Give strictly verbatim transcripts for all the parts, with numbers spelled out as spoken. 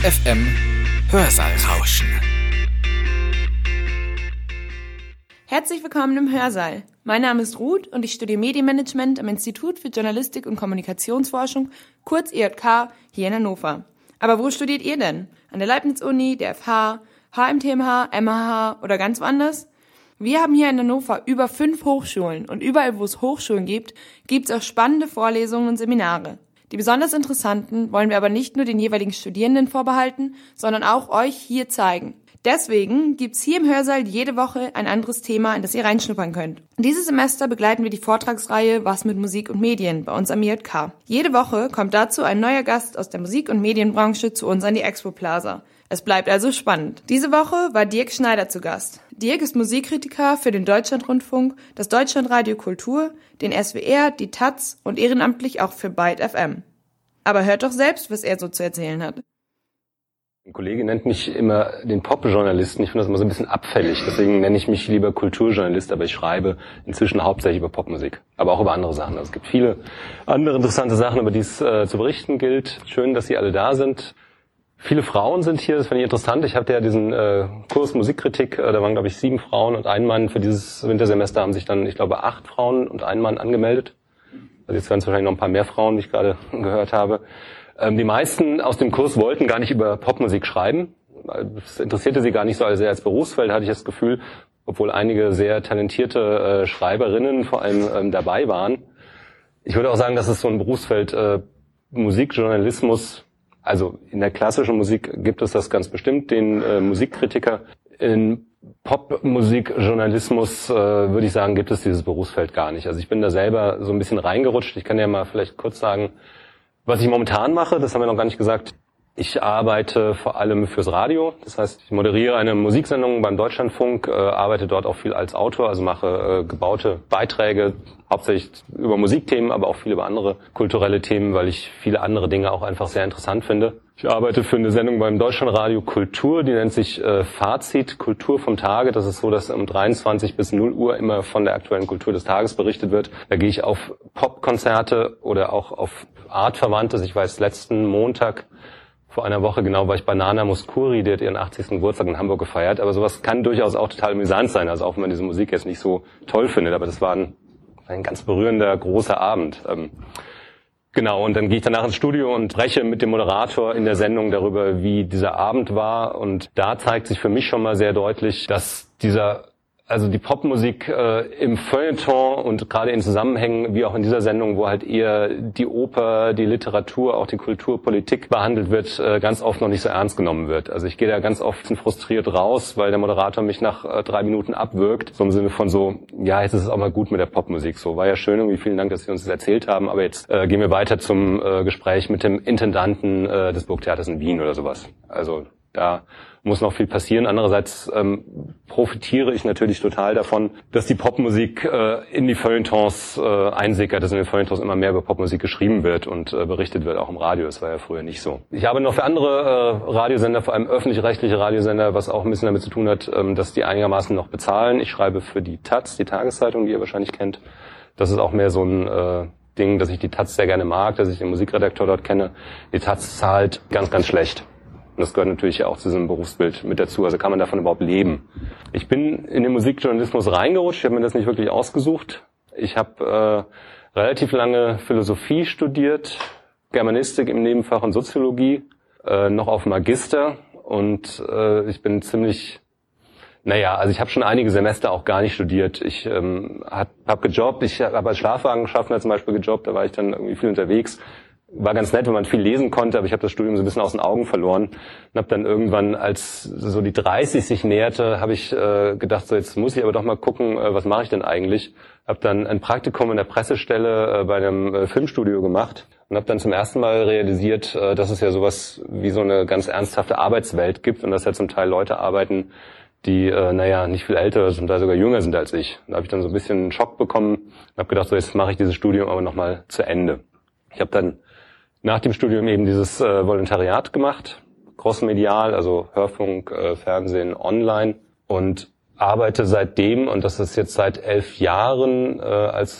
F M Hörsaalrauschen. Herzlich willkommen im Hörsaal. Mein Name ist Ruth und ich studiere Medienmanagement am Institut für Journalistik und Kommunikationsforschung, kurz I J K, hier in Hannover. Aber wo studiert ihr denn? An der Leibniz-Uni, der F H, H M T M H, M H H oder ganz woanders? Wir haben hier in Hannover über fünf Hochschulen und überall, wo es Hochschulen gibt, gibt es auch spannende Vorlesungen und Seminare. Die besonders interessanten wollen wir aber nicht nur den jeweiligen Studierenden vorbehalten, sondern auch euch hier zeigen. Deswegen gibt's hier im Hörsaal jede Woche ein anderes Thema, in das ihr reinschnuppern könnt. Dieses Semester begleiten wir die Vortragsreihe Was mit Musik und Medien bei uns am I J K. Jede Woche kommt dazu ein neuer Gast aus der Musik- und Medienbranche zu uns an die Expo Plaza. Es bleibt also spannend. Diese Woche war Dirk Schneider zu Gast. Dirk ist Musikkritiker für den Deutschlandrundfunk, das Deutschlandradio Kultur, den S W R, die Taz und ehrenamtlich auch für Byte F M. Aber hört doch selbst, was er so zu erzählen hat. Ein Kollege nennt mich immer den Pop-Journalisten. Ich finde das immer so ein bisschen abfällig. Deswegen nenne ich mich lieber Kulturjournalist, aber ich schreibe inzwischen hauptsächlich über Popmusik, aber auch über andere Sachen. Also es gibt viele andere interessante Sachen, über die es äh, zu berichten gilt. Schön, dass Sie alle da sind. Viele Frauen sind hier, das finde ich interessant. Ich hatte ja diesen äh, Kurs Musikkritik, äh, da waren, glaube ich, sieben Frauen und ein Mann. Für dieses Wintersemester haben sich dann, ich glaube, acht Frauen und ein Mann angemeldet. Also jetzt werden es wahrscheinlich noch ein paar mehr Frauen, die ich gerade gehört habe. Ähm, die meisten aus dem Kurs wollten gar nicht über Popmusik schreiben. Es interessierte sie gar nicht so sehr als Berufsfeld, hatte ich das Gefühl, obwohl einige sehr talentierte äh, Schreiberinnen vor allem ähm, dabei waren. Ich würde auch sagen, dass es so ein Berufsfeld äh, Musikjournalismus, also in der klassischen Musik gibt es das ganz bestimmt, den äh, Musikkritiker. In Popmusikjournalismus, äh, würde ich sagen, gibt es dieses Berufsfeld gar nicht. Also ich bin da selber so ein bisschen reingerutscht. Ich kann ja mal vielleicht kurz sagen, was ich momentan mache. Das haben wir noch gar nicht gesagt. Ich arbeite vor allem fürs Radio. Das heißt, ich moderiere eine Musiksendung beim Deutschlandfunk, äh, arbeite dort auch viel als Autor, also mache äh, gebaute Beiträge, hauptsächlich über Musikthemen, aber auch viel über andere kulturelle Themen, weil ich viele andere Dinge auch einfach sehr interessant finde. Ich arbeite für eine Sendung beim Deutschlandradio Kultur, die nennt sich äh, Fazit, Kultur vom Tage. Das ist so, dass um dreiundzwanzig bis null Uhr immer von der aktuellen Kultur des Tages berichtet wird. Da gehe ich auf Popkonzerte oder auch auf Artverwandtes. Ich weiß, letzten Montag vor einer Woche genau war ich bei Nana Mouskouri, die hat ihren achtzigsten Geburtstag in Hamburg gefeiert. Aber sowas kann durchaus auch total amüsant sein, also auch wenn man diese Musik jetzt nicht so toll findet. Aber das war ein, ein ganz berührender, großer Abend. Ähm, genau, und dann gehe ich danach ins Studio und spreche mit dem Moderator in der Sendung darüber, wie dieser Abend war. Und da zeigt sich für mich schon mal sehr deutlich, dass dieser Also die Popmusik äh, im Feuilleton und gerade in Zusammenhängen, wie auch in dieser Sendung, wo halt eher die Oper, die Literatur, auch die Kulturpolitik behandelt wird, äh, ganz oft noch nicht so ernst genommen wird. Also ich gehe da ganz oft frustriert raus, weil der Moderator mich nach äh, drei Minuten abwürgt. So im Sinne von so, ja, jetzt ist es auch mal gut mit der Popmusik. So, war ja schön, irgendwie vielen Dank, dass Sie uns das erzählt haben, aber jetzt äh, gehen wir weiter zum äh, Gespräch mit dem Intendanten äh, des Burgtheaters in Wien oder sowas. Also da muss noch viel passieren. Andererseits ähm, profitiere ich natürlich total davon, dass die Popmusik äh, in die Feuilletons äh, einsickert, dass in den Feuilletons immer mehr über Popmusik geschrieben wird und äh, berichtet wird, auch im Radio. Das war ja früher nicht so. Ich habe noch für andere äh, Radiosender, vor allem öffentlich-rechtliche Radiosender, was auch ein bisschen damit zu tun hat, ähm, dass die einigermaßen noch bezahlen. Ich schreibe für die Taz, die Tageszeitung, die ihr wahrscheinlich kennt. Das ist auch mehr so ein äh, Ding, dass ich die Taz sehr gerne mag, dass ich den Musikredakteur dort kenne. Die Taz zahlt ganz, ganz schlecht. Und das gehört natürlich auch zu diesem Berufsbild mit dazu. Also kann man davon überhaupt leben? Ich bin in den Musikjournalismus reingerutscht. Ich habe mir das nicht wirklich ausgesucht. Ich habe äh, relativ lange Philosophie studiert, Germanistik im Nebenfach und Soziologie, äh, noch auf Magister. Und äh, ich bin ziemlich, naja, also ich habe schon einige Semester auch gar nicht studiert. Ich ähm, habe hab gejobbt. Ich habe als Schlafwagenschaffner zum Beispiel gejobbt. Da war ich dann irgendwie viel unterwegs. War ganz nett, wenn man viel lesen konnte, aber ich habe das Studium so ein bisschen aus den Augen verloren und habe dann irgendwann, als so die dreißig sich näherte, habe ich äh, gedacht, so jetzt muss ich aber doch mal gucken, äh, was mache ich denn eigentlich? Habe dann ein Praktikum in der Pressestelle äh, bei einem äh, Filmstudio gemacht und habe dann zum ersten Mal realisiert, äh, dass es ja sowas wie so eine ganz ernsthafte Arbeitswelt gibt und dass ja zum Teil Leute arbeiten, die, äh, naja, nicht viel älter, zum Teil sogar jünger sind als ich. Da habe ich dann so ein bisschen einen Schock bekommen und habe gedacht, so jetzt mache ich dieses Studium aber nochmal zu Ende. Ich habe dann nach dem Studium eben dieses äh, Volontariat gemacht, crossmedial, also Hörfunk, äh, Fernsehen, online und arbeite seitdem, und das ist jetzt seit elf Jahren, äh, als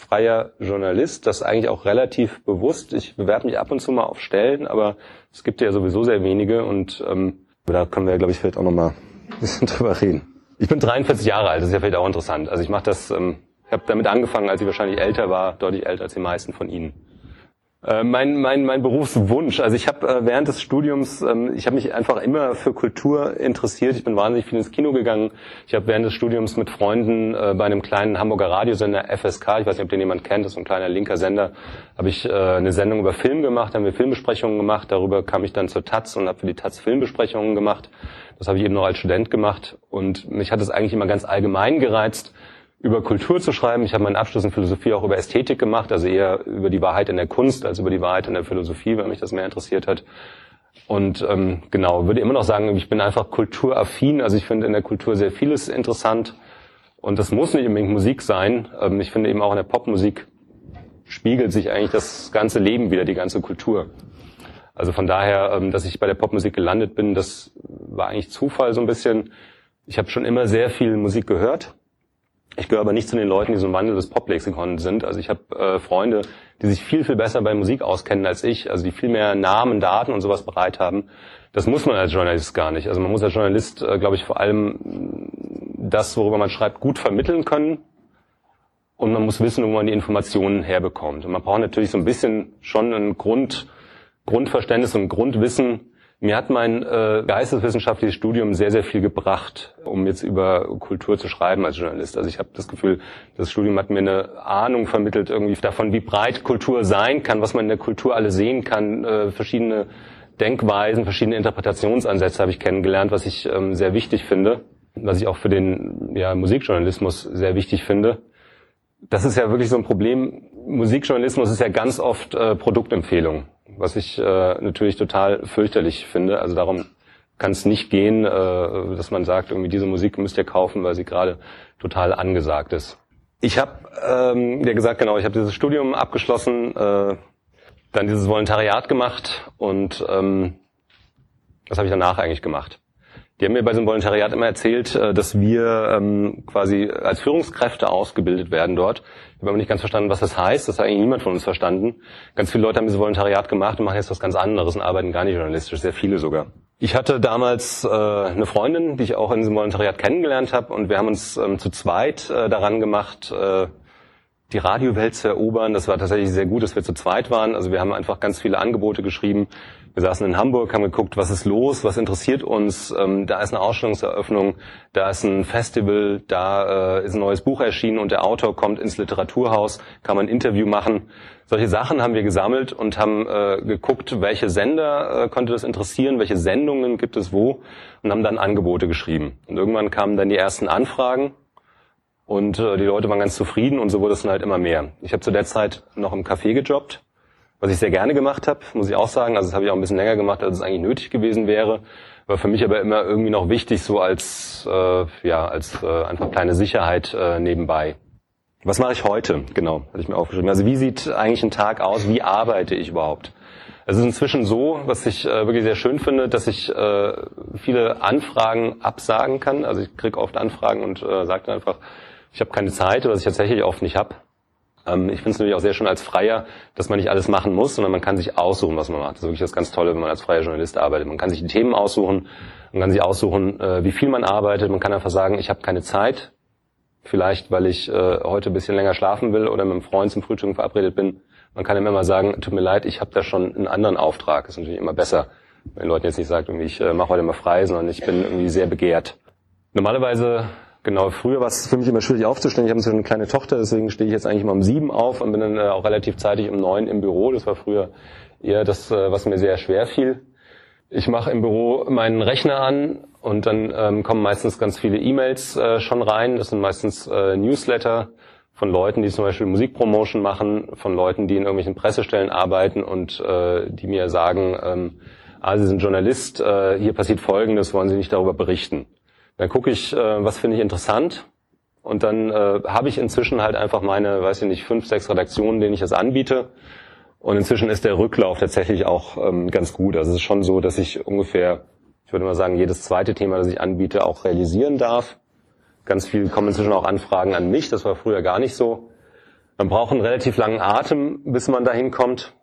freier Journalist, das eigentlich auch relativ bewusst. Ich bewerbe mich ab und zu mal auf Stellen, aber es gibt ja sowieso sehr wenige und ähm, da können wir, glaube ich, vielleicht auch noch mal ein bisschen drüber reden. Ich bin dreiundvierzig Jahre alt, das ist ja vielleicht auch interessant. Also ich mache das, ähm, ich habe damit angefangen, als ich wahrscheinlich älter war, deutlich älter als die meisten von Ihnen. Äh, mein, mein, mein Berufswunsch, also ich habe äh, während des Studiums, ähm, ich habe mich einfach immer für Kultur interessiert. Ich bin wahnsinnig viel ins Kino gegangen. Ich habe während des Studiums mit Freunden äh, bei einem kleinen Hamburger Radiosender F S K, ich weiß nicht, ob den jemand kennt, das ist so ein kleiner linker Sender, habe ich äh, eine Sendung über Film gemacht, haben wir Filmbesprechungen gemacht. Darüber kam ich dann zur Taz und habe für die Taz Filmbesprechungen gemacht. Das habe ich eben noch als Student gemacht und mich hat es eigentlich immer ganz allgemein gereizt, über Kultur zu schreiben. Ich habe meinen Abschluss in Philosophie auch über Ästhetik gemacht, also eher über die Wahrheit in der Kunst als über die Wahrheit in der Philosophie, weil mich das mehr interessiert hat. Und ähm, genau, würde immer noch sagen, ich bin einfach kulturaffin, also ich finde in der Kultur sehr vieles interessant und das muss nicht unbedingt Musik sein. Ähm, ich finde eben auch in der Popmusik spiegelt sich eigentlich das ganze Leben wieder, die ganze Kultur. Also von daher, ähm, dass ich bei der Popmusik gelandet bin, das war eigentlich Zufall so ein bisschen. Ich habe schon immer sehr viel Musik gehört. Ich gehöre aber nicht zu den Leuten, die so ein Wandel des Poplexikon sind. Also ich habe äh, Freunde, die sich viel, viel besser bei Musik auskennen als ich, also die viel mehr Namen, Daten und sowas bereit haben. Das muss man als Journalist gar nicht. Also man muss als Journalist, äh, glaube ich, vor allem das, worüber man schreibt, gut vermitteln können. Und man muss wissen, wo man die Informationen herbekommt. Und man braucht natürlich so ein bisschen schon ein Grund, Grundverständnis und Grundwissen. Mir hat mein äh, geisteswissenschaftliches Studium sehr, sehr viel gebracht, um jetzt über Kultur zu schreiben als Journalist. Also ich habe das Gefühl, das Studium hat mir eine Ahnung vermittelt irgendwie davon, wie breit Kultur sein kann, was man in der Kultur alle sehen kann. Äh, verschiedene Denkweisen, verschiedene Interpretationsansätze habe ich kennengelernt, was ich ähm, sehr wichtig finde, was ich auch für den ja, Musikjournalismus sehr wichtig finde. Das ist ja wirklich so ein Problem. Musikjournalismus ist ja ganz oft äh, Produktempfehlung, was ich äh, natürlich total fürchterlich finde. Also darum kann es nicht gehen, äh, dass man sagt, irgendwie diese Musik müsst ihr kaufen, weil sie gerade total angesagt ist. Ich habe ähm, ja gesagt, genau, ich habe dieses Studium abgeschlossen, äh, dann dieses Volontariat gemacht und ähm, was habe ich danach eigentlich gemacht? Die haben mir bei diesem Volontariat immer erzählt, dass wir ähm, quasi als Führungskräfte ausgebildet werden dort. Ich habe aber nicht ganz verstanden, was das heißt. Das hat eigentlich niemand von uns verstanden. Ganz viele Leute haben dieses Volontariat gemacht und machen jetzt was ganz anderes und arbeiten gar nicht journalistisch, sehr viele sogar. Ich hatte damals äh, eine Freundin, die ich auch in diesem Volontariat kennengelernt habe und wir haben uns ähm, zu zweit äh, daran gemacht, äh, die Radiowelt zu erobern. Das war tatsächlich sehr gut, dass wir zu zweit waren. Also wir haben einfach ganz viele Angebote geschrieben. Wir saßen in Hamburg, haben geguckt, was ist los, was interessiert uns. Ähm, da ist eine Ausstellungseröffnung, da ist ein Festival, da äh, ist ein neues Buch erschienen und der Autor kommt ins Literaturhaus, kann man ein Interview machen. Solche Sachen haben wir gesammelt und haben äh, geguckt, welche Sender äh, konnte das interessieren, welche Sendungen gibt es wo und haben dann Angebote geschrieben. Und irgendwann kamen dann die ersten Anfragen. Und äh, die Leute waren ganz zufrieden und so wurde es dann halt immer mehr. Ich habe zu der Zeit noch im Café gejobbt, was ich sehr gerne gemacht habe, muss ich auch sagen. Also das habe ich auch ein bisschen länger gemacht, als es eigentlich nötig gewesen wäre. War für mich aber immer irgendwie noch wichtig, so als äh, ja als äh, einfach kleine Sicherheit äh, nebenbei. Was mache ich heute? Genau, hatte ich mir aufgeschrieben. Also wie sieht eigentlich ein Tag aus? Wie arbeite ich überhaupt? Es ist inzwischen so, was ich äh, wirklich sehr schön finde, dass ich äh, viele Anfragen absagen kann. Also ich kriege oft Anfragen und äh, sage dann einfach, ich habe keine Zeit, was ich tatsächlich oft nicht habe. Ähm, ich finde es natürlich auch sehr schön als Freier, dass man nicht alles machen muss, sondern man kann sich aussuchen, was man macht. Das ist wirklich das ganz Tolle, wenn man als freier Journalist arbeitet. Man kann sich die Themen aussuchen, man kann sich aussuchen, äh, wie viel man arbeitet. Man kann einfach sagen, ich habe keine Zeit, vielleicht weil ich äh, heute ein bisschen länger schlafen will oder mit einem Freund zum Frühstück verabredet bin. Man kann immer mal sagen, tut mir leid, ich habe da schon einen anderen Auftrag. Das ist natürlich immer besser, wenn Leute jetzt nicht sagen, irgendwie, ich äh, mache heute mal frei, sondern ich bin irgendwie sehr begehrt. Normalerweise Genau, früher war es für mich immer schwierig aufzustehen. Ich habe so eine kleine Tochter, deswegen stehe ich jetzt eigentlich immer um sieben auf und bin dann äh, auch relativ zeitig um neun im Büro. Das war früher eher das, äh, was mir sehr schwer fiel. Ich mache im Büro meinen Rechner an und dann ähm, kommen meistens ganz viele E-Mails äh, schon rein. Das sind meistens äh, Newsletter von Leuten, die zum Beispiel Musikpromotion machen, von Leuten, die in irgendwelchen Pressestellen arbeiten und äh, die mir sagen, ähm, ah, Sie sind Journalist, äh, hier passiert Folgendes, wollen Sie nicht darüber berichten? Dann gucke ich, äh, was finde ich interessant und dann äh, habe ich inzwischen halt einfach meine, weiß ich nicht, fünf, sechs Redaktionen, denen ich das anbiete und inzwischen ist der Rücklauf tatsächlich auch ähm, ganz gut. Also es ist schon so, dass ich ungefähr, ich würde mal sagen, jedes zweite Thema, das ich anbiete, auch realisieren darf. Ganz viel kommen inzwischen auch Anfragen an mich, das war früher gar nicht so. Man braucht einen relativ langen Atem, bis man dahin kommt.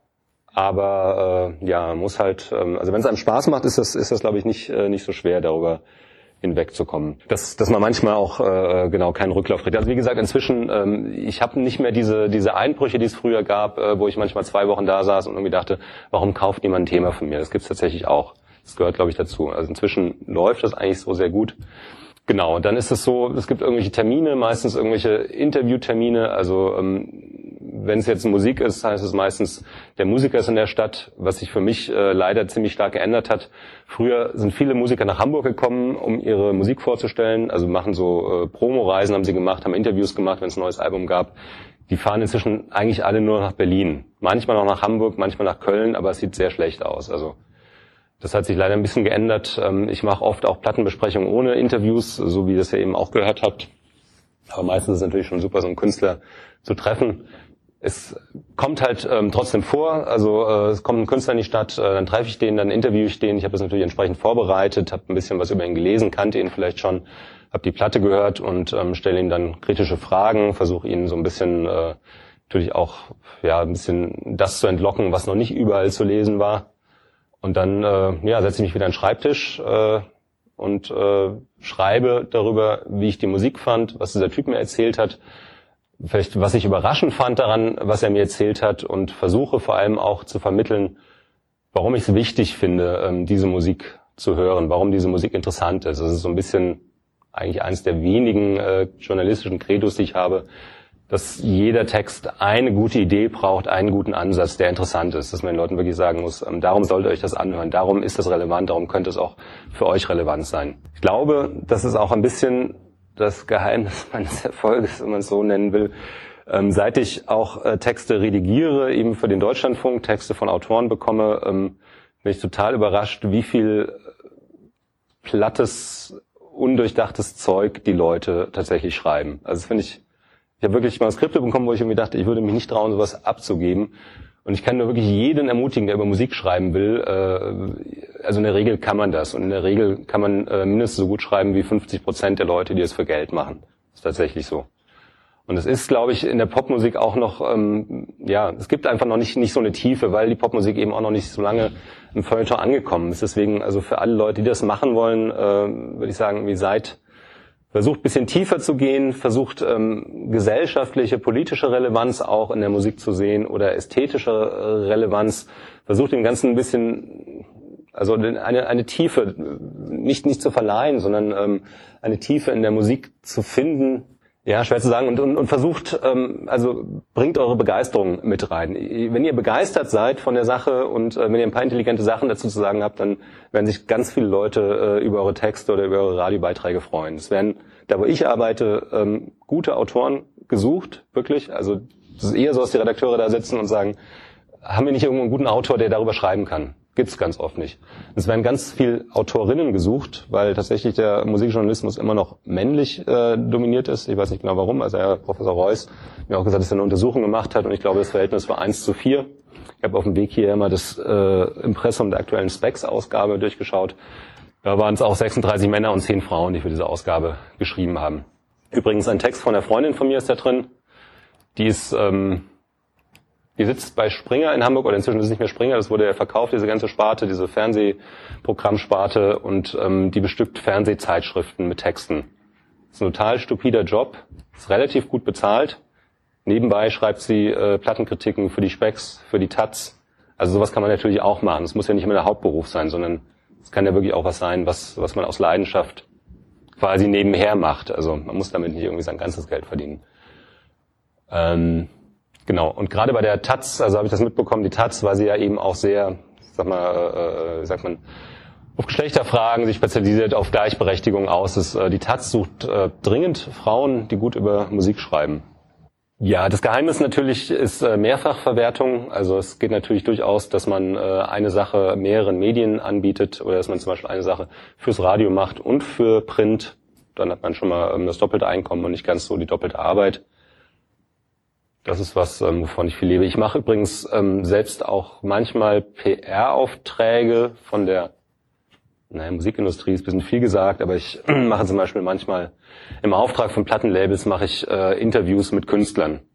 Aber äh, ja, man muss halt, ähm, also wenn es einem Spaß macht, ist das, ist das, glaube ich, nicht äh, nicht so schwer, darüber hinwegzukommen. Dass, dass man manchmal auch äh, genau keinen Rücklauf kriegt. Also wie gesagt, inzwischen, ähm, ich habe nicht mehr diese diese Einbrüche, die es früher gab, äh, wo ich manchmal zwei Wochen da saß und irgendwie dachte, warum kauft niemand ein Thema von mir? Das gibt's tatsächlich auch. Das gehört, glaube ich, dazu. Also inzwischen läuft das eigentlich so sehr gut. Genau, und dann ist es so, es gibt irgendwelche Termine, meistens irgendwelche Interviewtermine. Also ähm, wenn es jetzt Musik ist, heißt es meistens, der Musiker ist in der Stadt, was sich für mich äh, leider ziemlich stark geändert hat. Früher sind viele Musiker nach Hamburg gekommen, um ihre Musik vorzustellen. Also machen so äh, Promoreisen haben sie gemacht, haben Interviews gemacht, wenn es ein neues Album gab. Die fahren inzwischen eigentlich alle nur nach Berlin. Manchmal noch nach Hamburg, manchmal nach Köln, aber es sieht sehr schlecht aus. Also das hat sich leider ein bisschen geändert. Ich mache oft auch Plattenbesprechungen ohne Interviews, so wie ihr das ja eben auch gehört habt. Aber meistens ist es natürlich schon super, so einen Künstler zu treffen. Es kommt halt ähm, trotzdem vor, also äh, es kommt ein Künstler in die Stadt, äh, dann treffe ich den, dann interviewe ich den. Ich habe das natürlich entsprechend vorbereitet, habe ein bisschen was über ihn gelesen, kannte ihn vielleicht schon, habe die Platte gehört und ähm, stelle ihm dann kritische Fragen, versuche ihn so ein bisschen äh, natürlich auch ja ein bisschen das zu entlocken, was noch nicht überall zu lesen war. Und dann äh, ja, setze ich mich wieder an den Schreibtisch äh, und äh, schreibe darüber, wie ich die Musik fand, was dieser Typ mir erzählt hat, vielleicht was ich überraschend fand daran, was er mir erzählt hat und versuche vor allem auch zu vermitteln, warum ich es wichtig finde, ähm, diese Musik zu hören, warum diese Musik interessant ist. Das ist so ein bisschen eigentlich eines der wenigen äh, journalistischen Credos, die ich habe, dass jeder Text eine gute Idee braucht, einen guten Ansatz, der interessant ist, dass man den Leuten wirklich sagen muss, ähm, darum sollt ihr euch das anhören, darum ist das relevant, darum könnte es auch für euch relevant sein. Ich glaube, das ist auch ein bisschen das Geheimnis meines Erfolges, wenn man es so nennen will. Ähm, seit ich auch äh, Texte redigiere, eben für den Deutschlandfunk, Texte von Autoren bekomme, ähm, bin ich total überrascht, wie viel plattes, undurchdachtes Zeug die Leute tatsächlich schreiben. Also das finde ich, ich habe wirklich Manuskripte bekommen, wo ich irgendwie dachte, ich würde mich nicht trauen, sowas abzugeben. Und ich kann nur wirklich jeden ermutigen, der über Musik schreiben will. Äh, also in der Regel kann man das. Und in der Regel kann man äh, mindestens so gut schreiben wie fünfzig Prozent der Leute, die es für Geld machen. Das ist tatsächlich so. Und es ist, glaube ich, in der Popmusik auch noch, ähm, ja, es gibt einfach noch nicht nicht so eine Tiefe, weil die Popmusik eben auch noch nicht so lange im Feuilleton angekommen ist. Deswegen, also für alle Leute, die das machen wollen, äh, würde ich sagen, wie seid, versucht ein bisschen tiefer zu gehen, versucht ähm, gesellschaftliche, politische Relevanz auch in der Musik zu sehen oder ästhetische äh, Relevanz, versucht dem Ganzen ein bisschen, also eine eine Tiefe, nicht nicht zu verleihen, sondern ähm, eine Tiefe in der Musik zu finden. Ja, schwer zu sagen. Und, und, und versucht, ähm, also bringt eure Begeisterung mit rein. Wenn ihr begeistert seid von der Sache und äh, wenn ihr ein paar intelligente Sachen dazu zu sagen habt, dann werden sich ganz viele Leute äh, über eure Texte oder über eure Radiobeiträge freuen. Es werden, da wo ich arbeite, ähm, gute Autoren gesucht, wirklich. Also es ist eher so, dass die Redakteure da sitzen und sagen, haben wir nicht irgendwo einen guten Autor, der darüber schreiben kann? Gibt's ganz oft nicht. Es werden ganz viel Autorinnen gesucht, weil tatsächlich der Musikjournalismus immer noch männlich äh, dominiert ist. Ich weiß nicht genau warum. Also Herr Professor Reuss mir auch gesagt, dass er eine Untersuchung gemacht hat und ich glaube, das Verhältnis war eins zu vier. Ich habe auf dem Weg hier immer das äh, Impressum der aktuellen Specs-Ausgabe durchgeschaut. Da waren es auch sechsunddreißig Männer und zehn Frauen, die für diese Ausgabe geschrieben haben. Übrigens ein Text von einer Freundin von mir ist da drin. Die ist... Ähm, Die sitzt bei Springer in Hamburg, oder inzwischen ist es nicht mehr Springer, das wurde ja verkauft, diese ganze Sparte, diese Fernsehprogrammsparte, und ähm, die bestückt Fernsehzeitschriften mit Texten. Das ist ein total stupider Job, ist relativ gut bezahlt. Nebenbei schreibt sie äh, Plattenkritiken für die Specs, für die Taz. Also sowas kann man natürlich auch machen. Es muss ja nicht immer der Hauptberuf sein, sondern es kann ja wirklich auch was sein, was was man aus Leidenschaft quasi nebenher macht. Also man muss damit nicht irgendwie sein ganzes Geld verdienen. Ähm, Genau, und gerade bei der Taz, also habe ich das mitbekommen, die Taz, weil sie ja eben auch sehr, sag mal, äh, sagt man, auf Geschlechterfragen sich spezialisiert, auf Gleichberechtigung aus ist. Äh, die Taz sucht äh, dringend Frauen, die gut über Musik schreiben. Ja, das Geheimnis natürlich ist äh, Mehrfachverwertung. Also es geht natürlich durchaus, dass man äh, eine Sache mehreren Medien anbietet oder dass man zum Beispiel eine Sache fürs Radio macht und für Print. Dann hat man schon mal ähm, das doppelte Einkommen und nicht ganz so die doppelte Arbeit. Das ist was, ähm, wovon ich viel lebe. Ich mache übrigens ähm, selbst auch manchmal P R-Aufträge von der, naja, Musikindustrie ist ein bisschen viel gesagt, aber ich mache zum Beispiel manchmal im Auftrag von Plattenlabels mache ich äh, Interviews mit Künstlern.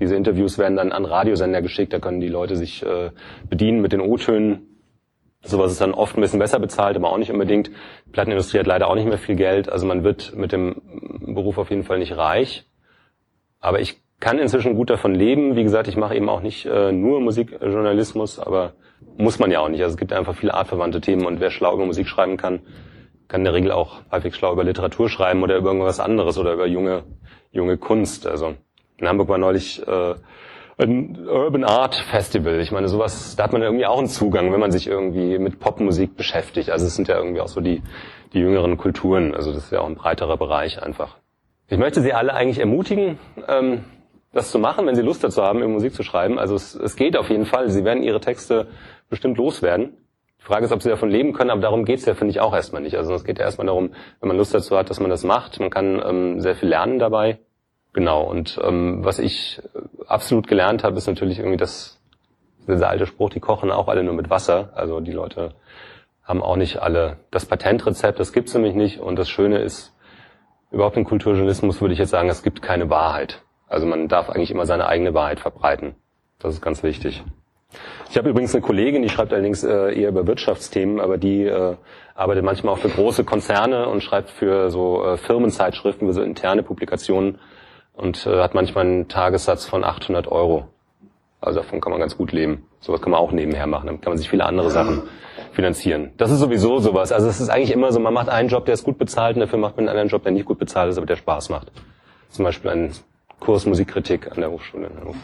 Diese Interviews werden dann an Radiosender geschickt, da können die Leute sich äh, bedienen mit den O-Tönen. Sowas ist dann oft ein bisschen besser bezahlt, aber auch nicht unbedingt. Die Plattenindustrie hat leider auch nicht mehr viel Geld, also man wird mit dem Beruf auf jeden Fall nicht reich. Aber ich kann inzwischen gut davon leben. Wie gesagt, ich mache eben auch nicht äh, nur Musikjournalismus, aber muss man ja auch nicht. Also es gibt einfach viele artverwandte Themen und wer schlau über Musik schreiben kann, kann in der Regel auch halbwegs schlau über Literatur schreiben oder über irgendwas anderes oder über junge junge Kunst. Also in Hamburg war neulich äh, ein Urban Art Festival. Ich meine, sowas, da hat man irgendwie auch einen Zugang, wenn man sich irgendwie mit Popmusik beschäftigt. Also es sind ja irgendwie auch so die die jüngeren Kulturen. Also das ist ja auch ein breiterer Bereich einfach. Ich möchte Sie alle eigentlich ermutigen, ähm, das zu machen, wenn Sie Lust dazu haben, über Musik zu schreiben. Also es, es geht auf jeden Fall. Sie werden Ihre Texte bestimmt loswerden. Die Frage ist, ob Sie davon leben können, aber darum geht's ja, finde ich, auch erstmal nicht. Also es geht ja erstmal darum, wenn man Lust dazu hat, dass man das macht. Man kann ähm, sehr viel lernen dabei. Genau. Und ähm, was ich absolut gelernt habe, ist natürlich irgendwie das, dieser alte Spruch, die kochen auch alle nur mit Wasser. Also die Leute haben auch nicht alle das Patentrezept, das gibt's nämlich nicht. Und das Schöne ist, überhaupt im Kulturjournalismus würde ich jetzt sagen, es gibt keine Wahrheit. Also man darf eigentlich immer seine eigene Wahrheit verbreiten. Das ist ganz wichtig. Ich habe übrigens eine Kollegin, die schreibt allerdings äh, eher über Wirtschaftsthemen, aber die äh, arbeitet manchmal auch für große Konzerne und schreibt für so äh, Firmenzeitschriften, für so interne Publikationen und äh, hat manchmal einen Tagessatz von achthundert Euro. Also davon kann man ganz gut leben. Sowas kann man auch nebenher machen, damit kann man sich viele andere Sachen finanzieren. Das ist sowieso sowas. Also es ist eigentlich immer so, man macht einen Job, der ist gut bezahlt und dafür macht man einen anderen Job, der nicht gut bezahlt ist, aber der Spaß macht. Zum Beispiel ein Kurs Musikkritik an der Hochschule in Hannover.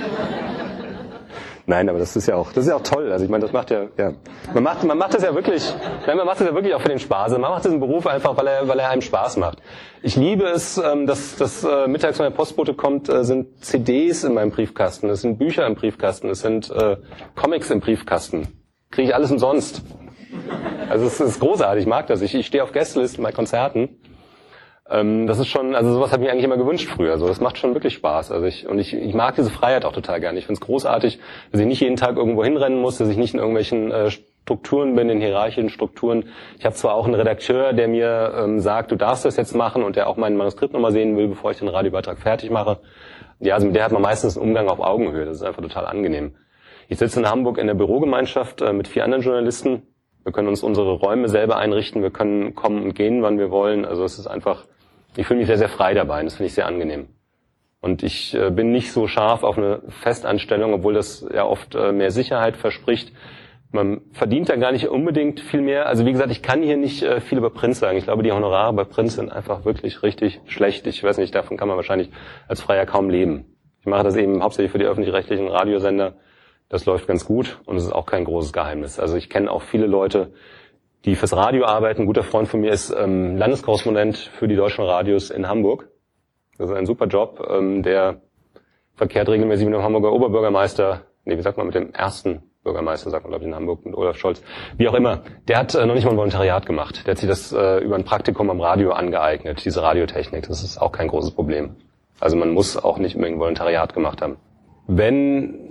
Nein, aber das ist ja auch, das ist ja auch toll. Also ich meine, das macht ja, ja, man macht, man macht das ja wirklich, nein, man macht das ja wirklich auch für den Spaß. Man macht diesen Beruf einfach, weil er, weil er einem Spaß macht. Ich liebe es, dass, dass äh, mittags, wenn der Postbote kommt, äh, sind C Ds in meinem Briefkasten, es sind Bücher im Briefkasten, es sind äh, Comics im Briefkasten. Kriege ich alles umsonst. Also es ist großartig, ich mag das. Ich, ich stehe auf Gästelisten bei Konzerten. Ähm, das ist schon, also sowas habe ich mir eigentlich immer gewünscht früher. Also das macht schon wirklich Spaß. Also ich und ich, ich mag diese Freiheit auch total gerne. Ich finde es großartig, dass ich nicht jeden Tag irgendwo hinrennen muss, dass ich nicht in irgendwelchen äh, Strukturen bin, in hierarchischen Strukturen. Ich habe zwar auch einen Redakteur, der mir ähm, sagt, du darfst das jetzt machen und der auch mein Manuskript nochmal sehen will, bevor ich den Radiobeitrag fertig mache. Ja, also mit der hat man meistens einen Umgang auf Augenhöhe. Das ist einfach total angenehm. Ich sitze in Hamburg in der Bürogemeinschaft äh, mit vier anderen Journalisten. Wir können uns unsere Räume selber einrichten. Wir können kommen und gehen, wann wir wollen. Also es ist einfach, ich fühle mich sehr, sehr frei dabei. Und das finde ich sehr angenehm. Und ich äh, bin nicht so scharf auf eine Festanstellung, obwohl das ja oft äh, mehr Sicherheit verspricht. Man verdient da gar nicht unbedingt viel mehr. Also wie gesagt, ich kann hier nicht äh, viel über Print sagen. Ich glaube, die Honorare bei Print sind einfach wirklich richtig schlecht. Ich weiß nicht, davon kann man wahrscheinlich als Freier kaum leben. Ich mache das eben hauptsächlich für die öffentlich-rechtlichen Radiosender. Das läuft ganz gut und es ist auch kein großes Geheimnis. Also ich kenne auch viele Leute, die fürs Radio arbeiten. Ein guter Freund von mir ist ähm, Landeskorrespondent für die deutschen Radios in Hamburg. Das ist ein super Job. Ähm, der verkehrt regelmäßig mit dem Hamburger Oberbürgermeister, nee, wie sagt man, mit dem ersten Bürgermeister, sagt man, glaube ich, in Hamburg, mit Olaf Scholz. Wie auch immer. Der hat äh, noch nicht mal ein Volontariat gemacht. Der hat sich das äh, über ein Praktikum am Radio angeeignet, diese Radiotechnik. Das ist auch kein großes Problem. Also man muss auch nicht unbedingt ein Volontariat gemacht haben. Wenn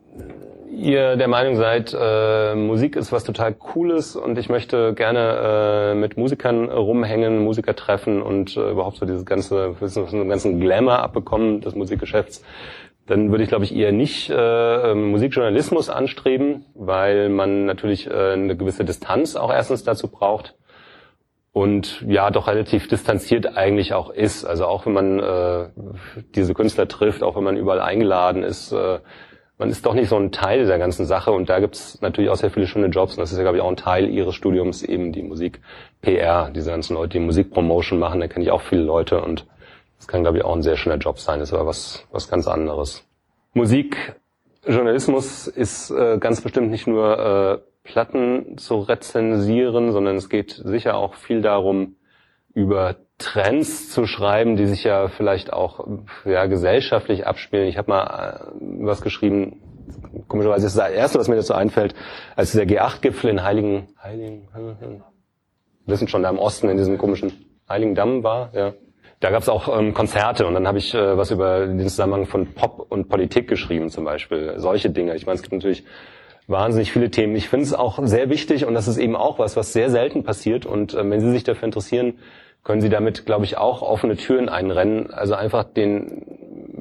ihr der Meinung seid, äh, Musik ist was total Cooles und ich möchte gerne äh, mit Musikern rumhängen, Musiker treffen und äh, überhaupt so dieses ganze, so einen ganzen Glamour abbekommen des Musikgeschäfts, dann würde ich, glaube ich, eher nicht äh, Musikjournalismus anstreben, weil man natürlich äh, eine gewisse Distanz auch erstens dazu braucht und ja doch relativ distanziert eigentlich auch ist. Also auch wenn man äh, diese Künstler trifft, auch wenn man überall eingeladen ist, äh, man ist doch nicht so ein Teil dieser ganzen Sache und da gibt's natürlich auch sehr viele schöne Jobs und das ist ja, glaube ich, auch ein Teil ihres Studiums, eben die Musik-P R, diese ganzen Leute, die Musikpromotion machen, da kenne ich auch viele Leute und das kann, glaube ich, auch ein sehr schöner Job sein, das ist aber was was ganz anderes. Musikjournalismus ist äh, ganz bestimmt nicht nur äh, Platten zu rezensieren, sondern es geht sicher auch viel darum, über Trends zu schreiben, die sich ja vielleicht auch ja gesellschaftlich abspielen. Ich habe mal äh, was geschrieben, komischerweise ist das Erste, was mir dazu einfällt, als dieser G acht Gipfel in Heiligen, Heiligen, wir wissen schon, da im Osten in diesem komischen Heiligendamm war, ja. Da gab es auch ähm, Konzerte und dann habe ich äh, was über den Zusammenhang von Pop und Politik geschrieben zum Beispiel. Solche Dinge. Ich meine, es gibt natürlich wahnsinnig viele Themen. Ich finde es auch sehr wichtig und das ist eben auch was, was sehr selten passiert und äh, wenn Sie sich dafür interessieren, können Sie damit, glaube ich, auch offene Türen einrennen. Also einfach den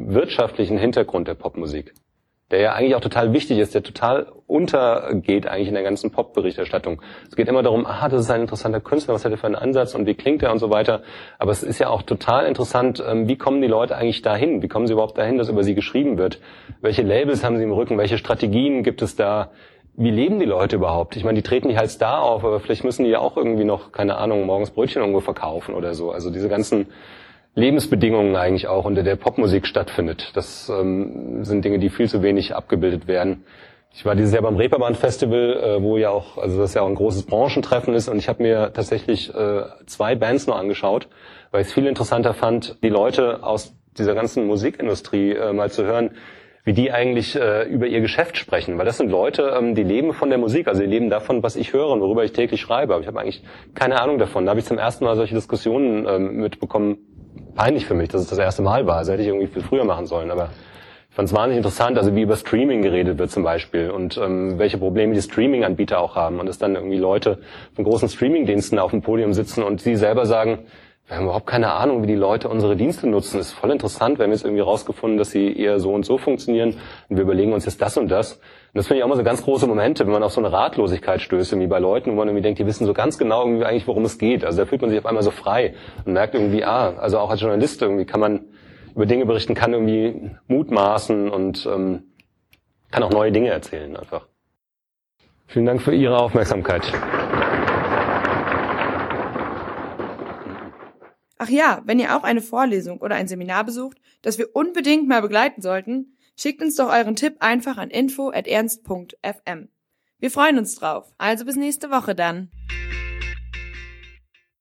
wirtschaftlichen Hintergrund der Popmusik, der ja eigentlich auch total wichtig ist, der total untergeht eigentlich in der ganzen Pop-Berichterstattung. Es geht immer darum, aha, das ist ein interessanter Künstler, was hat er für einen Ansatz und wie klingt er und so weiter. Aber es ist ja auch total interessant, wie kommen die Leute eigentlich dahin? Wie kommen sie überhaupt dahin, dass über sie geschrieben wird? Welche Labels haben sie im Rücken? Welche Strategien gibt es da? Wie leben die Leute überhaupt? Ich meine, die treten nicht als Star auf, aber vielleicht müssen die ja auch irgendwie noch, keine Ahnung, morgens Brötchen irgendwo verkaufen oder so. Also diese ganzen Lebensbedingungen eigentlich auch, unter der Popmusik stattfindet. Das ähm, sind Dinge, die viel zu wenig abgebildet werden. Ich war dieses Jahr beim Reeperbahn Festival, äh, wo ja auch, also das ja auch ein großes Branchentreffen ist, und ich habe mir tatsächlich äh, zwei Bands nur angeschaut, weil ich es viel interessanter fand, die Leute aus dieser ganzen Musikindustrie äh, mal zu hören, wie die eigentlich äh, über ihr Geschäft sprechen. Weil das sind Leute, ähm, die leben von der Musik, also die leben davon, was ich höre und worüber ich täglich schreibe. Aber ich habe eigentlich keine Ahnung davon. Da habe ich zum ersten Mal solche Diskussionen ähm, mitbekommen. Peinlich für mich, dass es das erste Mal war. Also hätte ich irgendwie viel früher machen sollen. Aber ich fand es wahnsinnig interessant, also wie über Streaming geredet wird zum Beispiel und ähm, welche Probleme die Streaming-Anbieter auch haben. Und dass dann irgendwie Leute von großen Streaming-Diensten auf dem Podium sitzen und sie selber sagen, wir haben überhaupt keine Ahnung, wie die Leute unsere Dienste nutzen. Das ist voll interessant. Wir haben jetzt irgendwie rausgefunden, dass sie eher so und so funktionieren. Und wir überlegen uns jetzt das und das. Und das finde ich auch mal so ganz große Momente, wenn man auf so eine Ratlosigkeit stößt, irgendwie bei Leuten, wo man irgendwie denkt, die wissen so ganz genau irgendwie eigentlich, worum es geht. Also da fühlt man sich auf einmal so frei und merkt irgendwie, ah, also auch als Journalist irgendwie kann man über Dinge berichten, kann irgendwie mutmaßen und ähm, kann auch neue Dinge erzählen einfach. Vielen Dank für Ihre Aufmerksamkeit. Ach ja, wenn ihr auch eine Vorlesung oder ein Seminar besucht, das wir unbedingt mal begleiten sollten, schickt uns doch euren Tipp einfach an info at ernst punkt f m. Wir freuen uns drauf. Also bis nächste Woche dann.